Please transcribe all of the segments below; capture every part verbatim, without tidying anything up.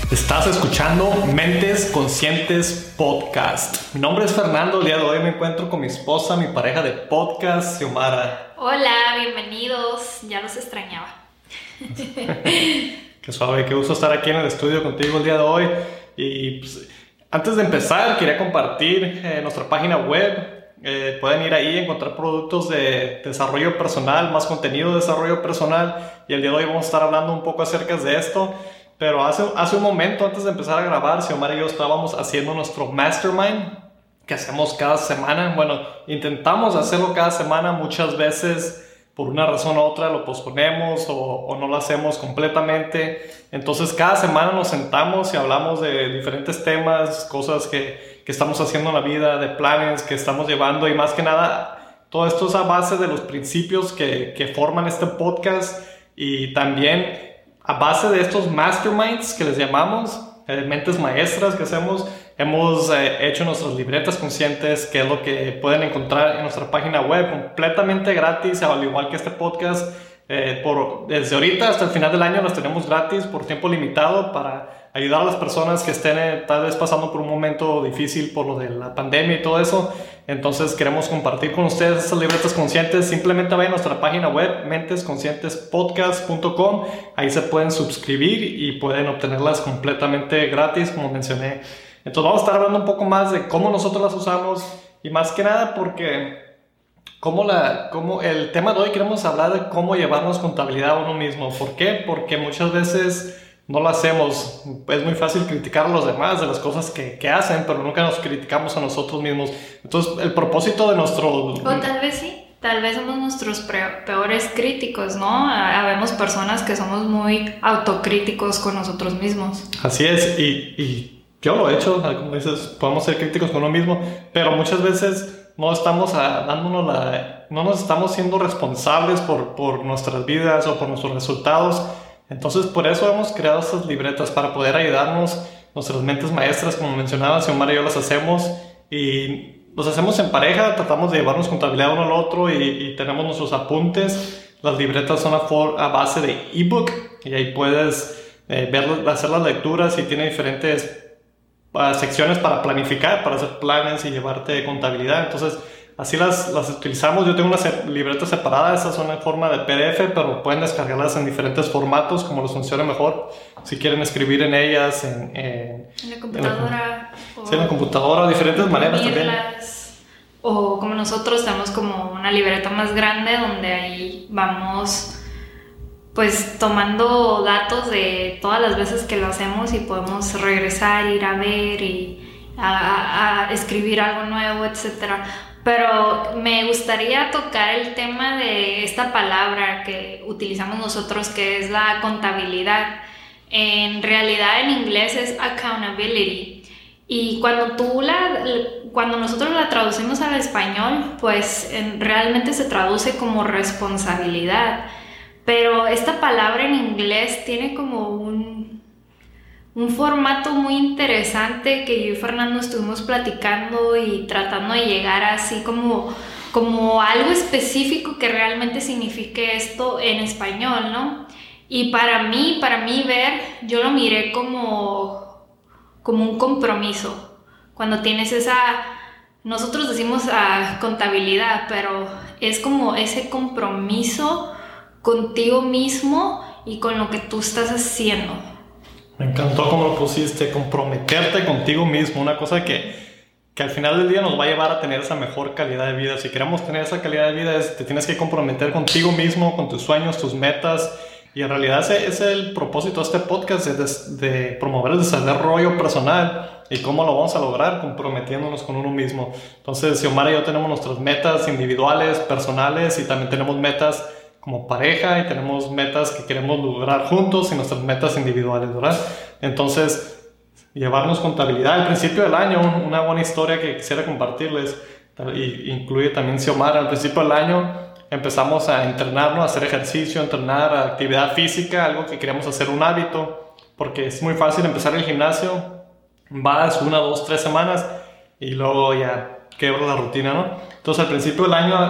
Estás escuchando Mentes Conscientes Podcast. Mi nombre es Fernando. El día de hoy me encuentro con mi esposa, mi pareja de podcast, Xiomara. Hola, bienvenidos. Ya los extrañaba. Qué suave, qué gusto estar aquí en el estudio contigo el día de hoy. Y pues, antes de empezar, quería compartir eh, nuestra página web. Eh, pueden ir ahí y encontrar productos de desarrollo personal, más contenido de desarrollo personal. Y el día de hoy vamos a estar hablando un poco acerca de esto. Pero hace, hace un momento, antes de empezar a grabar, Xiomara y yo estábamos haciendo nuestro mastermind que hacemos cada semana. Bueno, intentamos hacerlo cada semana. Muchas veces, por una razón u otra, lo posponemos o, o no lo hacemos completamente. Entonces, cada semana nos sentamos y hablamos de diferentes temas, cosas que, que estamos haciendo en la vida, de planes que estamos llevando. Y más que nada, todo esto es a base de los principios que, que forman este podcast. Y también a base de estos masterminds que les llamamos, eh, mentes maestras que hacemos, hemos eh, hecho nuestras libretas conscientes, que es lo que pueden encontrar en nuestra página web, completamente gratis, al igual que este podcast. Eh, por, desde ahorita hasta el final del año las tenemos gratis por tiempo limitado para ayudar a las personas que estén eh, tal vez pasando por un momento difícil por lo de la pandemia y todo eso. Entonces queremos compartir con ustedes estas libretas conscientes. Simplemente vayan a nuestra página web mentes conscientes podcast punto com. Ahí se pueden suscribir y pueden obtenerlas completamente gratis, como mencioné. Entonces vamos a estar hablando un poco más de cómo nosotros las usamos y más que nada porque Cómo la, cómo el tema de hoy queremos hablar de cómo llevarnos contabilidad a uno mismo. ¿Por qué? Porque muchas veces no lo hacemos. Es muy fácil criticar a los demás de las cosas que, que hacen, pero nunca nos criticamos a nosotros mismos. Entonces, el propósito de nuestro... O tal vez sí, tal vez somos nuestros peores críticos, ¿no? Habemos personas que somos muy autocríticos con nosotros mismos. Así es, y, y yo lo he hecho, como dices, podemos ser críticos con uno mismo, pero muchas veces no estamos a, dándonos la, no nos estamos siendo responsables por, por nuestras vidas o por nuestros resultados. Entonces, por eso hemos creado estas libretas para poder ayudarnos. Nuestras mentes maestras, como mencionaba Xiomara y yo, las hacemos y los hacemos en pareja. Tratamos de llevarnos contabilidad uno al otro y, y tenemos nuestros apuntes. Las libretas son a, for, a base de ebook y ahí puedes eh, ver, hacer las lecturas y tiene diferentes Uh, secciones para planificar, para hacer planes y llevarte contabilidad. Entonces así las, las utilizamos. Yo tengo una se- libreta separada, esas son en forma de P D F, pero pueden descargarlas en diferentes formatos como les funcione mejor. Si quieren escribir en ellas en, en, en la computadora en la, sí, en la computadora, diferentes maneras también. O como nosotros tenemos como una libreta más grande donde ahí vamos pues tomando datos de todas las veces que lo hacemos y podemos regresar, ir a ver y a, a, a escribir algo nuevo, etcétera. Pero me gustaría tocar el tema de esta palabra que utilizamos nosotros, que es la contabilidad. En realidad en inglés es accountability. Y cuando tú la, cuando nosotros la traducimos al español, pues en, realmente se traduce como responsabilidad. Pero esta palabra en inglés tiene como un, un formato muy interesante que yo y Fernando estuvimos platicando y tratando de llegar así como, como algo específico que realmente signifique esto en español, ¿no? Y para mí, para mí ver, yo lo miré como, como un compromiso. Cuando tienes esa, nosotros decimos uh, contabilidad, pero es como ese compromiso contigo mismo y con lo que tú estás haciendo. Me encantó cómo lo pusiste, comprometerte contigo mismo, una cosa que, que al final del día nos va a llevar a tener esa mejor calidad de vida. Si queremos tener esa calidad de vida, es, te tienes que comprometer contigo mismo, con tus sueños, tus metas, y en realidad ese, ese es el propósito de este podcast, de, de promover el desarrollo personal. ¿Y cómo lo vamos a lograr? Comprometiéndonos con uno mismo. Entonces, Xiomara y yo tenemos nuestras metas individuales, personales, y también tenemos metas como pareja y tenemos metas que queremos lograr juntos y nuestras metas individuales, ¿verdad? Entonces, llevarnos contabilidad. Al principio del año, una buena historia que quisiera compartirles, y incluye también Xiomara. Al principio del año empezamos a entrenarnos, a hacer ejercicio, a entrenar, a actividad física, algo que queríamos hacer un hábito, porque es muy fácil empezar el gimnasio, vas una, dos, tres semanas y luego ya quebras la rutina, ¿no? Entonces, al principio del año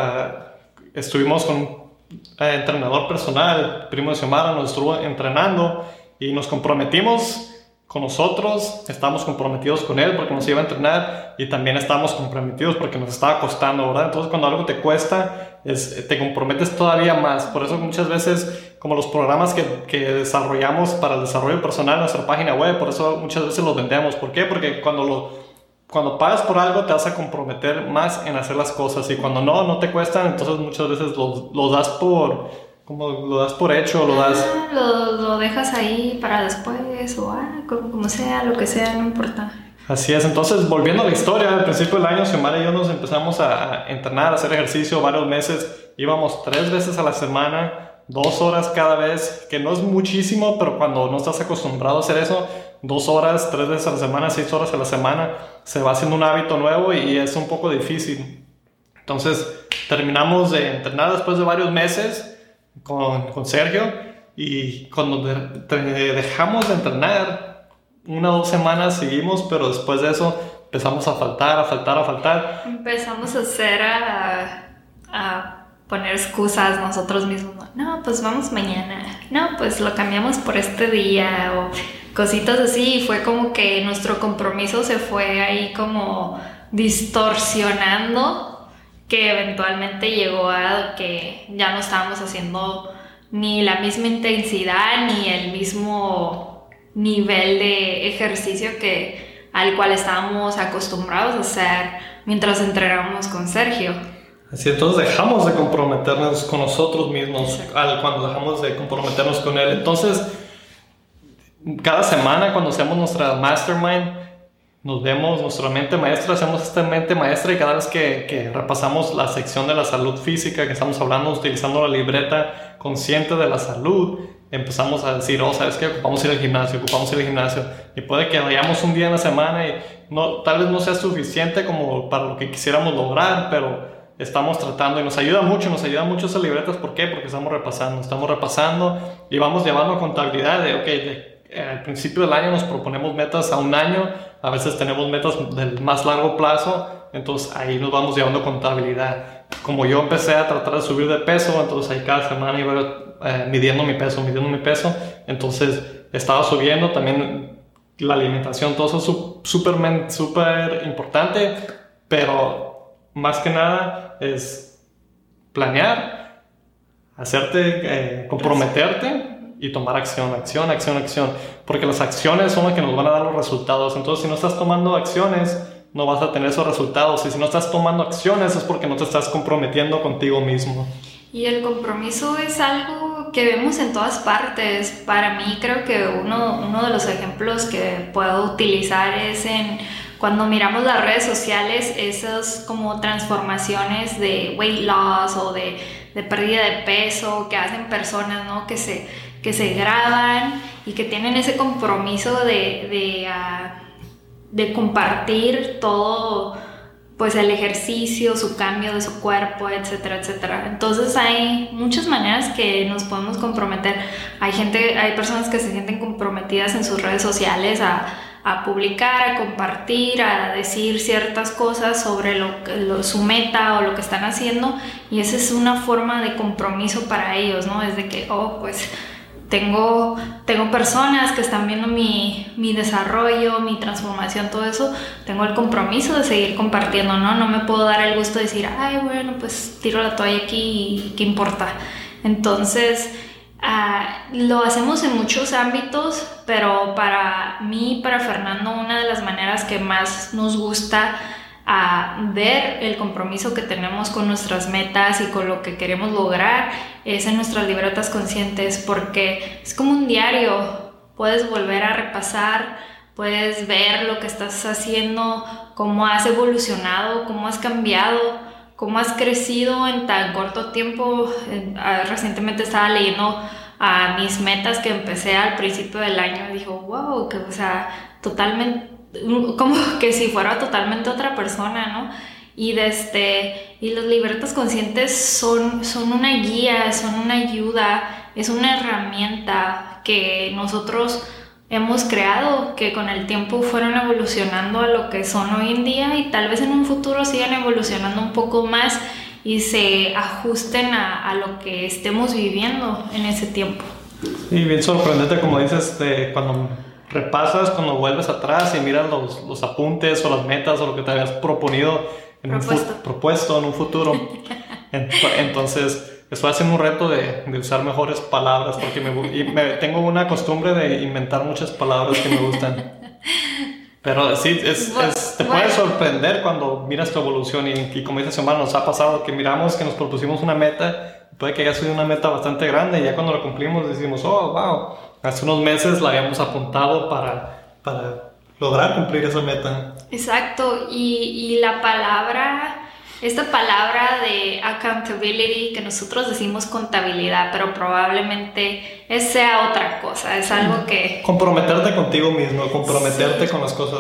uh, estuvimos con Eh, entrenador personal, primo de Xiomara, nos estuvo entrenando y nos comprometimos con nosotros, estábamos comprometidos con Él porque nos iba a entrenar y también estábamos comprometidos porque nos estaba costando, ¿verdad? Entonces cuando algo te cuesta, es, te comprometes todavía más. Por eso muchas veces, como los programas que, que desarrollamos para el desarrollo personal en nuestra página web, por eso muchas veces los vendemos. ¿Por qué? Porque cuando, lo, cuando pagas por algo te vas a comprometer más en hacer las cosas, y cuando no, no te cuestan, entonces muchas veces lo, lo das por... como lo das por hecho, lo das... Ah, lo, lo dejas ahí para después, o ah, como, como sea, lo que sea, no importa. Así es. Entonces, volviendo a la historia, al principio del año, Xiomara y yo nos empezamos a, a entrenar, a hacer ejercicio varios meses. Íbamos tres veces a la semana, dos horas cada vez, que no es muchísimo, pero cuando no estás acostumbrado a hacer eso, dos horas, tres veces a la semana, seis horas a la semana, se va haciendo un hábito nuevo y es un poco difícil. Entonces, terminamos de entrenar después de varios meses con, con Sergio, y cuando de, de, dejamos de entrenar una o dos semanas seguimos, pero después de eso empezamos a faltar, a faltar, a faltar. Empezamos a hacer a, a poner excusas nosotros mismos. No, pues vamos mañana. No, pues lo cambiamos por este día, o cositas así. Y fue como que nuestro compromiso se fue ahí como distorsionando, que eventualmente llegó a que ya no estábamos haciendo ni la misma intensidad ni el mismo nivel de ejercicio que, al cual estábamos acostumbrados a hacer mientras entrenábamos con Sergio. Así, entonces dejamos de comprometernos con nosotros mismos al, cuando dejamos de comprometernos con Él. Entonces, cada semana cuando hacemos nuestra mastermind, nos vemos, nuestra mente maestra, hacemos esta mente maestra, y cada vez que, que repasamos la sección de la salud física que estamos hablando, utilizando la libreta consciente de la salud, empezamos a decir, oh, ¿sabes qué? Ocupamos ir al gimnasio, ocupamos ir al gimnasio. Y puede que vayamos un día en la semana y no, tal vez no sea suficiente como para lo que quisiéramos lograr, pero estamos tratando, y nos ayuda mucho, nos ayuda mucho esas libretas. ¿Por qué? Porque estamos repasando, estamos repasando y vamos llevando contabilidad de, ok, de, al principio del año nos proponemos metas a un año, a veces tenemos metas del más largo plazo, entonces ahí nos vamos llevando contabilidad. Como yo empecé a tratar de subir de peso, entonces ahí cada semana iba eh, midiendo mi peso, midiendo mi peso, entonces estaba subiendo también la alimentación, todo eso es súper súper importante, pero más que nada es planear, hacerte, eh, comprometerte y tomar acción, acción, acción, acción, porque las acciones son las que nos van a dar los resultados. Entonces, si no estás tomando acciones, no vas a tener esos resultados, y si no estás tomando acciones es porque no te estás comprometiendo contigo mismo. Y el compromiso es algo que vemos en todas partes. Para mí, creo que uno, uno de los ejemplos que puedo utilizar es en cuando miramos las redes sociales, esas como transformaciones de weight loss o de, de pérdida de peso que hacen personas, ¿no? que se que se graban y que tienen ese compromiso de, de, uh, de compartir todo, pues el ejercicio, su cambio de su cuerpo, etcétera, etcétera. Entonces hay muchas maneras que nos podemos comprometer. Hay gente, hay personas que se sienten comprometidas en sus redes sociales a, a publicar, a compartir, a decir ciertas cosas sobre lo, lo, su meta o lo que están haciendo, y esa es una forma de compromiso para ellos, ¿no? Es de que, oh, pues Tengo, tengo personas que están viendo mi, mi desarrollo, mi transformación, todo eso. Tengo el compromiso de seguir compartiendo, ¿no? No me puedo dar el gusto de decir, ay, bueno, pues tiro la toalla aquí y ¿qué importa? Entonces, uh, lo hacemos en muchos ámbitos, pero para mí, para Fernando, una de las maneras que más nos gusta a ver el compromiso que tenemos con nuestras metas y con lo que queremos lograr es en nuestras libretas conscientes, porque es como un diario. Puedes volver a repasar, puedes ver lo que estás haciendo, cómo has evolucionado, cómo has cambiado, cómo has crecido en tan corto tiempo. Recientemente estaba leyendo a mis metas que empecé al principio del año y dijo, wow, que, o sea, totalmente, como que si fuera totalmente otra persona, ¿no? Y, desde, y las libretas conscientes son, son una guía, son una ayuda, es una herramienta que nosotros hemos creado, que con el tiempo fueron evolucionando a lo que son hoy en día, y tal vez en un futuro sigan evolucionando un poco más y se ajusten a, a lo que estemos viviendo en ese tiempo. Y bien sorprendente, como dices, de cuando repasas cuando vuelves atrás y miras los, los apuntes o las metas o lo que te habías proponido en propuesto. Un fu- propuesto en un futuro. Entonces, estoy haciendo un reto de, de usar mejores palabras porque me, y me, tengo una costumbre de inventar muchas palabras que me gustan. Pero sí, es, es, te puede sorprender cuando miras tu evolución y, y como dice Xiomara, nos ha pasado que miramos que nos propusimos una meta, puede que haya sido una meta bastante grande y ya cuando la cumplimos decimos, oh, wow, hace unos meses la habíamos apuntado para, para lograr cumplir esa meta. Exacto, y, y la palabra... Esta palabra de accountability, que nosotros decimos contabilidad, pero probablemente sea otra cosa, es algo que... Comprometerte contigo mismo, comprometerte sí. con las cosas.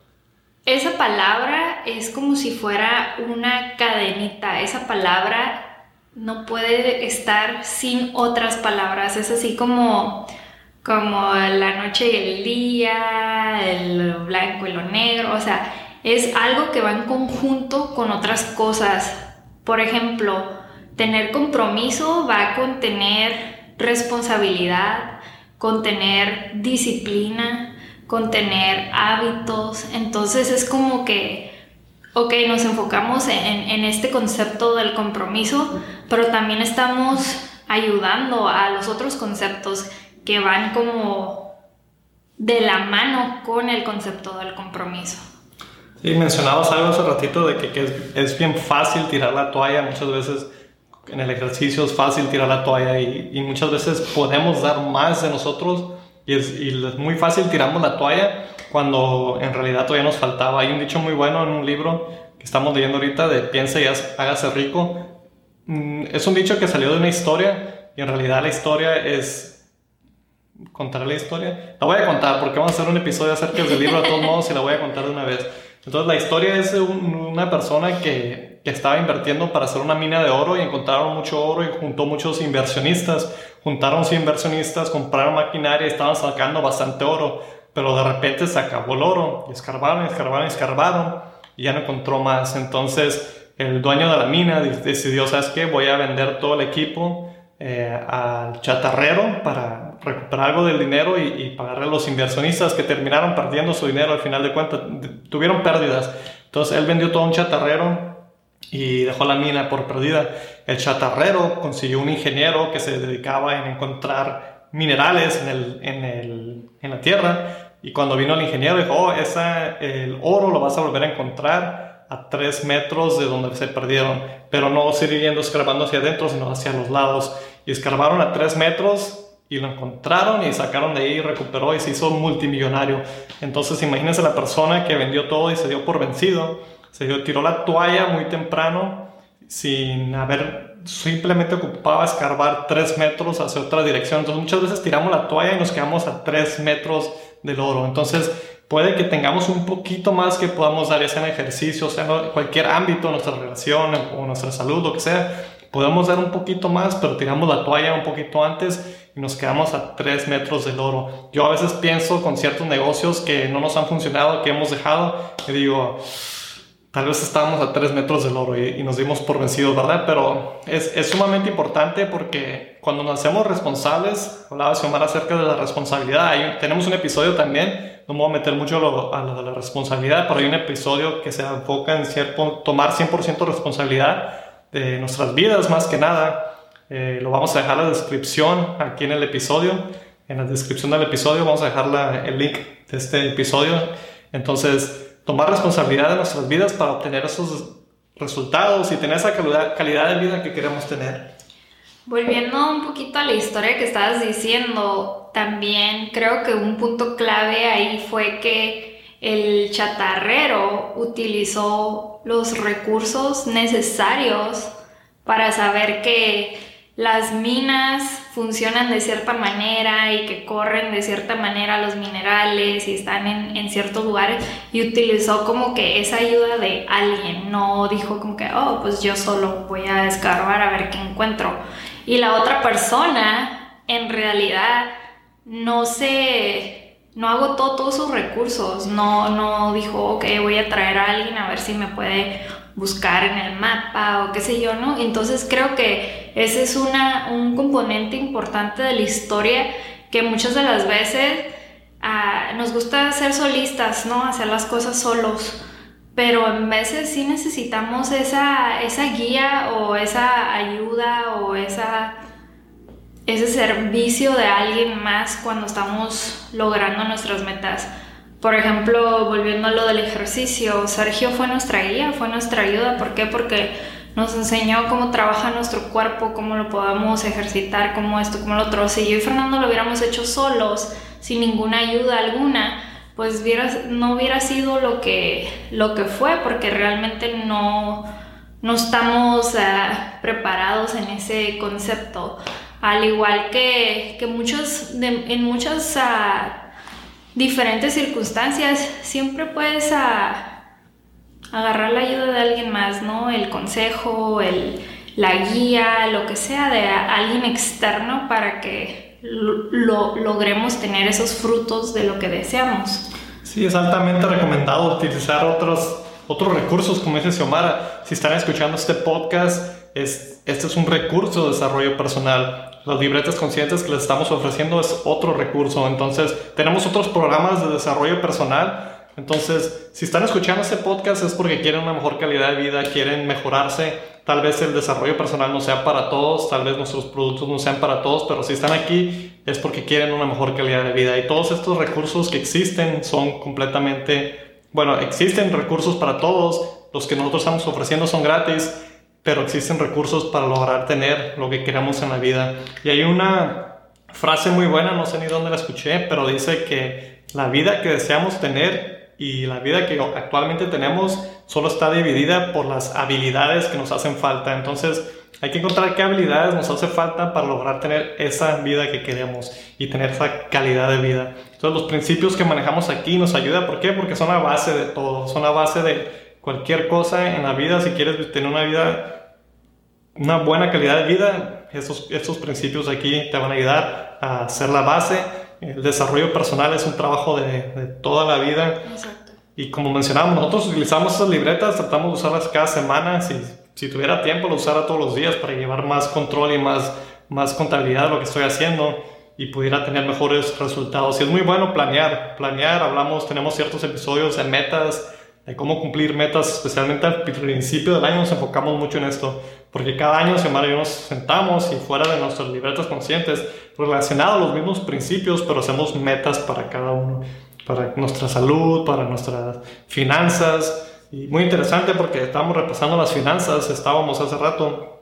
Esa palabra es como si fuera una cadenita, esa palabra no puede estar sin otras palabras, es así como, como la noche y el día, el blanco y lo negro, o sea... Es algo que va en conjunto con otras cosas. Por ejemplo, tener compromiso va con tener responsabilidad, con tener disciplina, con tener hábitos. Entonces es como que, ok, nos enfocamos en, en este concepto del compromiso, pero también estamos ayudando a los otros conceptos que van como de la mano con el concepto del compromiso. Sí, mencionabas algo hace ratito de que, que es, es bien fácil tirar la toalla. Muchas veces en el ejercicio es fácil tirar la toalla y, y muchas veces podemos dar más de nosotros y es, y es muy fácil tiramos la toalla cuando en realidad todavía nos faltaba. Hay un dicho muy bueno en un libro que estamos leyendo ahorita de piensa y hágase rico. Es un dicho que salió de una historia y en realidad la historia es... ¿Contaré la historia? La voy a contar porque vamos a hacer un episodio acerca del libro de todos modos y la voy a contar de una vez. Entonces la historia es de un, una persona que, que estaba invirtiendo para hacer una mina de oro y encontraron mucho oro y juntó muchos inversionistas. Juntaron cien inversionistas, compraron maquinaria y estaban sacando bastante oro. Pero de repente se acabó el oro. Y escarbaron, escarbaron, escarbaron y ya no encontró más. Entonces el dueño de la mina decidió, ¿sabes qué? Voy a vender todo el equipo eh, al chatarrero para recuperar algo del dinero y, y pagarle a los inversionistas que terminaron perdiendo su dinero al final de cuentas, tuvieron pérdidas. Entonces él vendió todo a un chatarrero y dejó la mina por perdida. El chatarrero consiguió un ingeniero que se dedicaba en encontrar minerales en, el, en, el, en la tierra y cuando vino el ingeniero dijo, oh, esa, el oro lo vas a volver a encontrar a tres metros de donde se perdieron, pero no siguiendo escarbando hacia adentro sino hacia los lados y escarbaron a tres metros y lo encontraron y sacaron de ahí y recuperó y se hizo multimillonario. Entonces imagínense la persona que vendió todo y se dio por vencido, se dio, tiró la toalla muy temprano sin haber, simplemente ocupaba escarbar tres metros hacia otra dirección. Entonces muchas veces tiramos la toalla y nos quedamos a tres metros del oro. Entonces puede que tengamos un poquito más que podamos dar, ya sea en ejercicio, o sea en cualquier ámbito, nuestra relación o nuestra salud, lo que sea, podemos dar un poquito más, pero tiramos la toalla un poquito antes y nos quedamos a tres metros del oro. Yo a veces pienso con ciertos negocios que no nos han funcionado, que hemos dejado, y digo, tal vez estábamos a tres metros del oro y, y nos dimos por vencidos, ¿verdad? Pero es, es sumamente importante porque cuando nos hacemos responsables, hablaba Xiomara acerca de la responsabilidad, hay, tenemos un episodio también, no me voy a meter mucho a lo, a lo de la responsabilidad, pero hay un episodio que se enfoca en cierto, tomar cien por ciento responsabilidad de nuestras vidas más que nada. Eh, lo vamos a dejar en la descripción aquí en el episodio. En la descripción del episodio vamos a dejar la, el link de este episodio. Entonces, tomar responsabilidad de nuestras vidas para obtener esos resultados y tener esa calidad, calidad de vida que queremos tener. Volviendo un poquito a la historia que estabas diciendo, también creo que un punto clave ahí fue que el chatarrero utilizó los recursos necesarios para saber que las minas funcionan de cierta manera y que corren de cierta manera los minerales y están en, en ciertos lugares, y utilizó como que esa ayuda de alguien, no dijo como que, oh, pues yo solo voy a escarbar a ver qué encuentro. Y la otra persona en realidad no se... no agotó todos sus recursos, no, no dijo, ok, voy a traer a alguien a ver si me puede buscar en el mapa o qué sé yo, ¿no? Entonces creo que ese es una, un componente importante de la historia que muchas de las veces a, nos gusta ser solistas, ¿no? Hacer las cosas solos. Pero en veces sí necesitamos esa, esa guía o esa ayuda o esa, ese servicio de alguien más cuando estamos logrando nuestras metas. Por ejemplo, volviendo a lo del ejercicio, Sergio fue nuestra guía, fue nuestra ayuda. ¿Por qué? Porque nos enseñó cómo trabaja nuestro cuerpo, cómo lo podemos ejercitar, cómo esto, cómo lo otro. Si yo y Fernando lo hubiéramos hecho solos, sin ninguna ayuda alguna, pues hubiera, no hubiera sido lo que, lo que fue, porque realmente no, no estamos uh, preparados en ese concepto. Al igual que, que muchos de, en muchas uh, diferentes circunstancias, siempre puedes uh, agarrar la ayuda de alguien más, ¿no? El consejo, el, la guía, lo que sea, de alguien externo para que Lo, logremos tener esos frutos de lo que deseamos. Sí, es altamente recomendado utilizar otros, otros recursos, como dice Xiomara. Si están escuchando este podcast, es, este es un recurso de desarrollo personal. Las libretas conscientes que les estamos ofreciendo es otro recurso. Entonces, tenemos otros programas de desarrollo personal. Entonces, si están escuchando este podcast es porque quieren una mejor calidad de vida, quieren mejorarse. Tal vez el desarrollo personal no sea para todos, tal vez nuestros productos no sean para todos, pero si están aquí es porque quieren una mejor calidad de vida. Y todos estos recursos que existen son completamente, bueno, existen recursos para todos. Los que nosotros estamos ofreciendo son gratis, pero existen recursos para lograr tener lo que queramos en la vida. Y hay una frase muy buena, no sé ni dónde la escuché, pero dice que la vida que deseamos tener y la vida que actualmente tenemos solo está dividida por las habilidades que nos hacen falta. Entonces hay que encontrar qué habilidades nos hace falta para lograr tener esa vida que queremos y tener esa calidad de vida. Entonces los principios que manejamos aquí nos ayudan. ¿Por qué? Porque son la base de todo, son la base de cualquier cosa en la vida. Si quieres tener una vida, una buena calidad de vida, estos, estos principios aquí te van a ayudar a ser la base. El desarrollo personal es un trabajo de, de toda la vida. Exacto. Y como mencionábamos, nosotros utilizamos esas libretas, tratamos de usarlas cada semana. Si, si tuviera tiempo, lo usara todos los días para llevar más control y más, más contabilidad de lo que estoy haciendo y pudiera tener mejores resultados. Y es muy bueno planear. Planear, hablamos, tenemos ciertos episodios de metas, de cómo cumplir metas, especialmente al principio del año nos enfocamos mucho en esto. Porque cada año, Xiomara y yo nos sentamos y fuera de nuestras libretas conscientes, relacionados a los mismos principios, pero hacemos metas para cada uno. Para nuestra salud, para nuestras finanzas. Y muy interesante porque estábamos repasando las finanzas, estábamos hace rato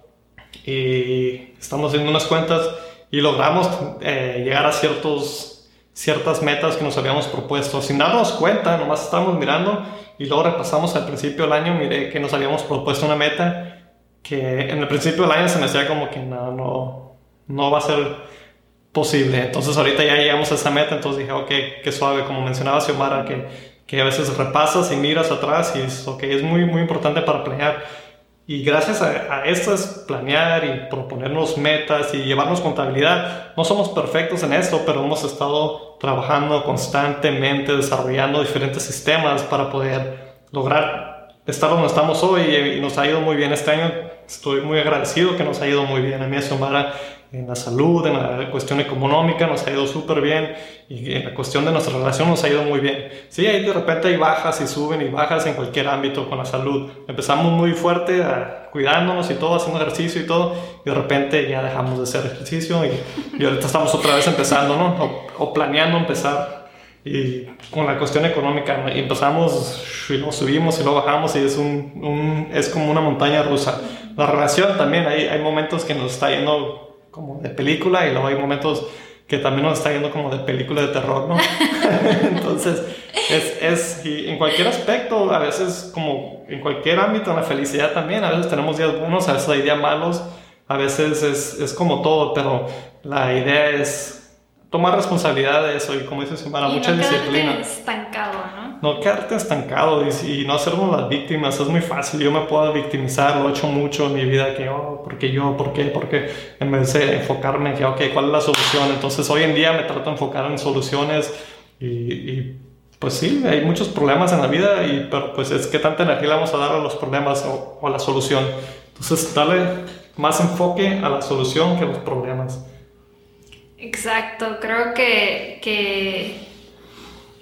y estamos haciendo unas cuentas y logramos eh, llegar a ciertos, ciertas metas que nos habíamos propuesto. Sin darnos cuenta, nomás estábamos mirando y luego repasamos al principio del año, miré que nos habíamos propuesto una meta que en el principio del año se me hacía como que no, no, no va a ser posible. Entonces ahorita ya llegamos a esa meta, entonces dije, ok, qué suave, como mencionaba Xiomara, que, que a veces repasas y miras atrás y es, okay, es muy, muy importante para planear. Y gracias a, a esto es planear y proponernos metas y llevarnos contabilidad. No somos perfectos en esto, pero hemos estado trabajando constantemente, desarrollando diferentes sistemas para poder lograr estar donde estamos hoy y, y nos ha ido muy bien este año. Estoy muy agradecido que nos ha ido muy bien a mí, a Xiomara, en la salud, en la cuestión económica nos ha ido súper bien y en la cuestión de nuestra relación nos ha ido muy bien. Sí, ahí de repente hay bajas y suben y bajas en cualquier ámbito con la salud. Empezamos muy fuerte a, cuidándonos y todo, haciendo ejercicio y todo, y de repente ya dejamos de hacer ejercicio y, y ahorita estamos otra vez empezando, ¿no? O, o planeando empezar. Y con la cuestión económica, ¿no? Y empezamos y luego subimos y luego bajamos y es, un, un, es como una montaña rusa. La relación también, hay, hay momentos que nos está yendo como de película y luego hay momentos que también nos está yendo como de película de terror, ¿no? Entonces, es, es y en cualquier aspecto, a veces como en cualquier ámbito, en la felicidad también, a veces tenemos días buenos, a veces hay días malos, a veces es, es como todo, pero la idea es tomar responsabilidad de eso y como dices, Xiomara, mucha disciplina. No quedarte estancado, ¿no? No quedarte estancado y, y no hacernos las víctimas. Es muy fácil, yo me puedo victimizar, lo he hecho mucho en mi vida, que oh, ¿por qué yo? ¿Por qué? ¿Por qué? En vez de enfocarme en que, ok, ¿cuál es la solución? Entonces hoy en día me trato de enfocar en soluciones y, y pues sí, hay muchos problemas en la vida, y, pero pues es que tanta energía le vamos a dar a los problemas o, o a la solución. Entonces darle más enfoque a la solución que a los problemas. Exacto, creo que, que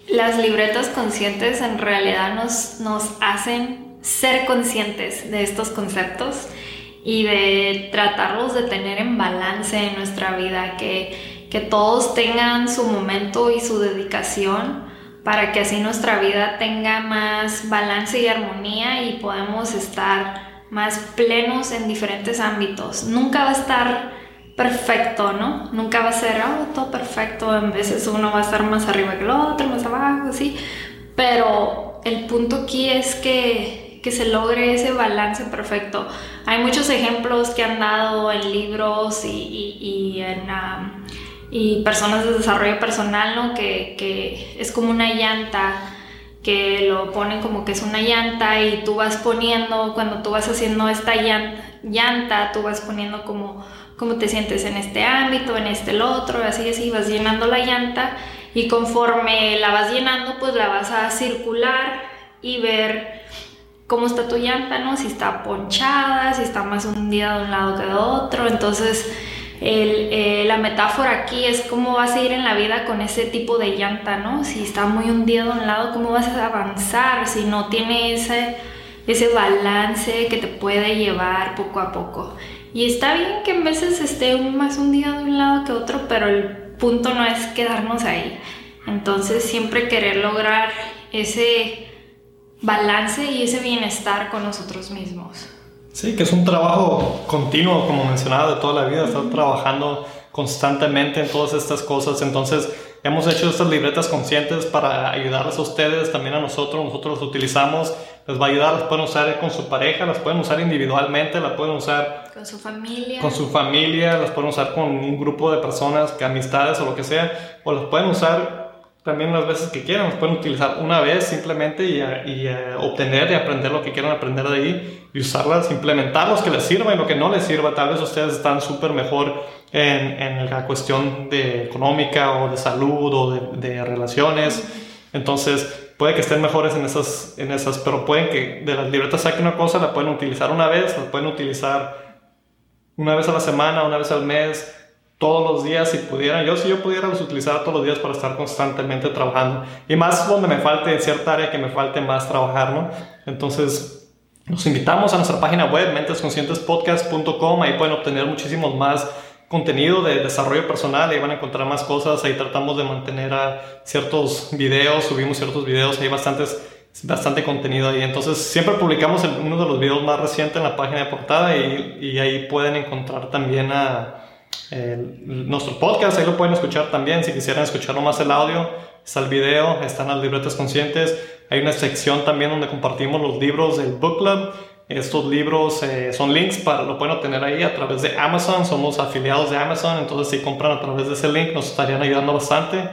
Las libretas conscientes en realidad nos, nos hacen ser conscientes de estos conceptos y de tratarlos de tener en balance en nuestra vida, que, que todos tengan su momento y su dedicación para que así nuestra vida tenga más balance y armonía y podemos estar más plenos en diferentes ámbitos. Nunca va a estar perfecto, ¿no? Nunca va a ser oh, todo perfecto. En veces uno va a estar más arriba que el otro, más abajo, así. Pero el punto aquí es que, que se logre ese balance perfecto. Hay muchos ejemplos que han dado en libros y, y, y en... Um, y personas de desarrollo personal, ¿no? Que, que es como una llanta, que lo ponen como que es una llanta y tú vas poniendo, cuando tú vas haciendo esta llanta, llanta tú vas poniendo como cómo te sientes en este ámbito, en este el otro, así así vas llenando la llanta y conforme la vas llenando pues la vas a circular y ver cómo está tu llanta, ¿no? Si está ponchada, si está más hundida de un lado que de otro. Entonces El, eh, la metáfora aquí es cómo vas a ir en la vida con ese tipo de llanta, ¿no? Si está muy hundida de un lado, ¿cómo vas a avanzar? Si no tiene ese, ese balance que te puede llevar poco a poco. Y está bien que en veces esté más hundida de un lado que otro, pero el punto no es quedarnos ahí. Entonces siempre querer lograr ese balance y ese bienestar con nosotros mismos. Sí, que es un trabajo continuo, como mencionaba, de toda la vida, estar trabajando constantemente en todas estas cosas. Entonces, hemos hecho estas libretas conscientes para ayudarles a ustedes, también a nosotros. Nosotros las utilizamos, les va a ayudar, las pueden usar con su pareja, las pueden usar individualmente, las pueden usar con su familia, con su familia, las pueden usar con un grupo de personas, que amistades o lo que sea, o las pueden usar también las veces que quieran. Las pueden utilizar una vez simplemente y, y uh, obtener y aprender lo que quieran aprender de ahí y usarlas, implementar los que les sirva y lo que no les sirva. Tal vez ustedes están súper mejor en, en la cuestión de económica o de salud o de, de relaciones. Entonces puede que estén mejores en esas, en esas, pero pueden que de las libretas saquen una cosa, la pueden utilizar una vez, la pueden utilizar una vez a la semana, una vez al mes, todos los días si pudieran. Yo si yo pudiera los utilizar todos los días para estar constantemente trabajando, y más donde me falte, en cierta área que me falte más trabajar, ¿no? Entonces los invitamos a nuestra página web mentes conscientes podcast punto com. Ahí pueden obtener muchísimos más contenido de desarrollo personal, ahí van a encontrar más cosas. Ahí tratamos de mantener a ciertos videos, subimos ciertos videos, hay bastantes bastante contenido ahí. Entonces siempre publicamos uno de los videos más recientes en la página de portada, y, y ahí pueden encontrar también a El, nuestro podcast. Ahí lo pueden escuchar también. Si quisieran escuchar nomás el audio, está el video, están las libretas conscientes. Hay una sección también donde compartimos los libros del Book Club. Estos libros eh, son links, para, lo pueden obtener ahí a través de Amazon. Somos afiliados de Amazon, entonces si compran a través de ese link nos estarían ayudando bastante.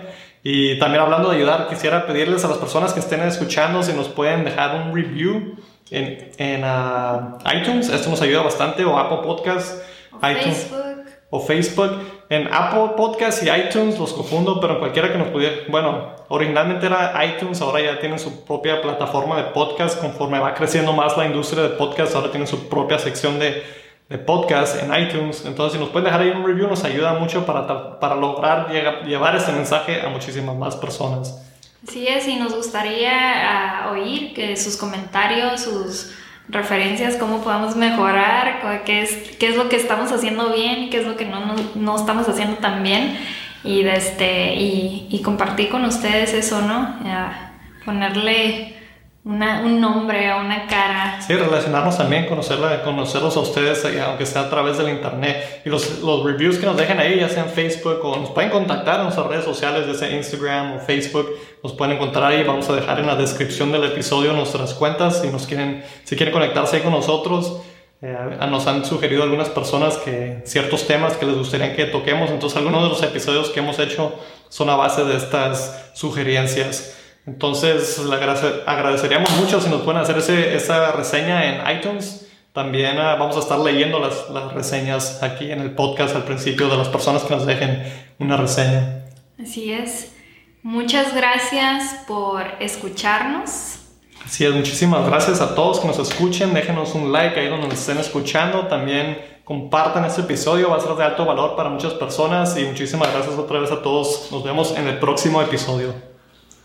Y también hablando de ayudar, quisiera pedirles a las personas que estén escuchando si nos pueden dejar un review en, en uh, iTunes. Esto nos ayuda bastante, o Apple Podcasts, o iTunes, Facebook. o Facebook. En Apple Podcasts y iTunes los confundo, pero en cualquiera que nos pudiera. Bueno, originalmente era iTunes, ahora ya tienen su propia plataforma de podcast. Conforme va creciendo más la industria de podcast, ahora tienen su propia sección de, de podcast en iTunes. Entonces, si nos pueden dejar ahí un review, nos ayuda mucho para, para lograr llegar, llevar este mensaje a muchísimas más personas. Así es, y nos gustaría uh, oír que sus comentarios, sus referencias, cómo podemos mejorar, qué es, qué es lo que estamos haciendo bien, qué es lo que no, no, no estamos haciendo tan bien, y, de este, y, y compartir con ustedes eso, ¿no? Ya, ponerle una, un nombre a una cara. Sí, relacionarnos también, conocerla, conocerlos a ustedes, aunque sea a través del internet. Y los, los reviews que nos dejen ahí, ya sea en Facebook, o nos pueden contactar en nuestras redes sociales, ya sea Instagram o Facebook, nos pueden encontrar ahí. Vamos a dejar en la descripción del episodio nuestras cuentas, si nos quieren, si quieren conectarse ahí con nosotros. Eh, nos han sugerido algunas personas que ciertos temas que les gustaría que toquemos, entonces algunos de los episodios que hemos hecho son a base de estas sugerencias. Entonces le agradeceríamos mucho si nos pueden hacer ese, esa reseña en iTunes. También uh, vamos a estar leyendo las, las reseñas aquí en el podcast al principio, de las personas que nos dejen una reseña. Así es. Muchas gracias por escucharnos. Así es, muchísimas gracias a todos que nos escuchen. Déjenos un like ahí donde nos estén escuchando. También compartan este episodio, va a ser de alto valor para muchas personas. Y muchísimas gracias otra vez a todos. Nos vemos en el próximo episodio.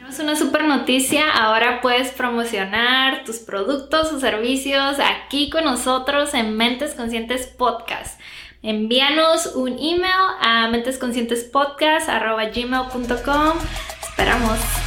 Es una super noticia, ahora puedes promocionar tus productos o servicios aquí con nosotros en Mentes Conscientes Podcast. Envíanos un email a mentesconscientespodcast arroba gmail punto com. Esperamos.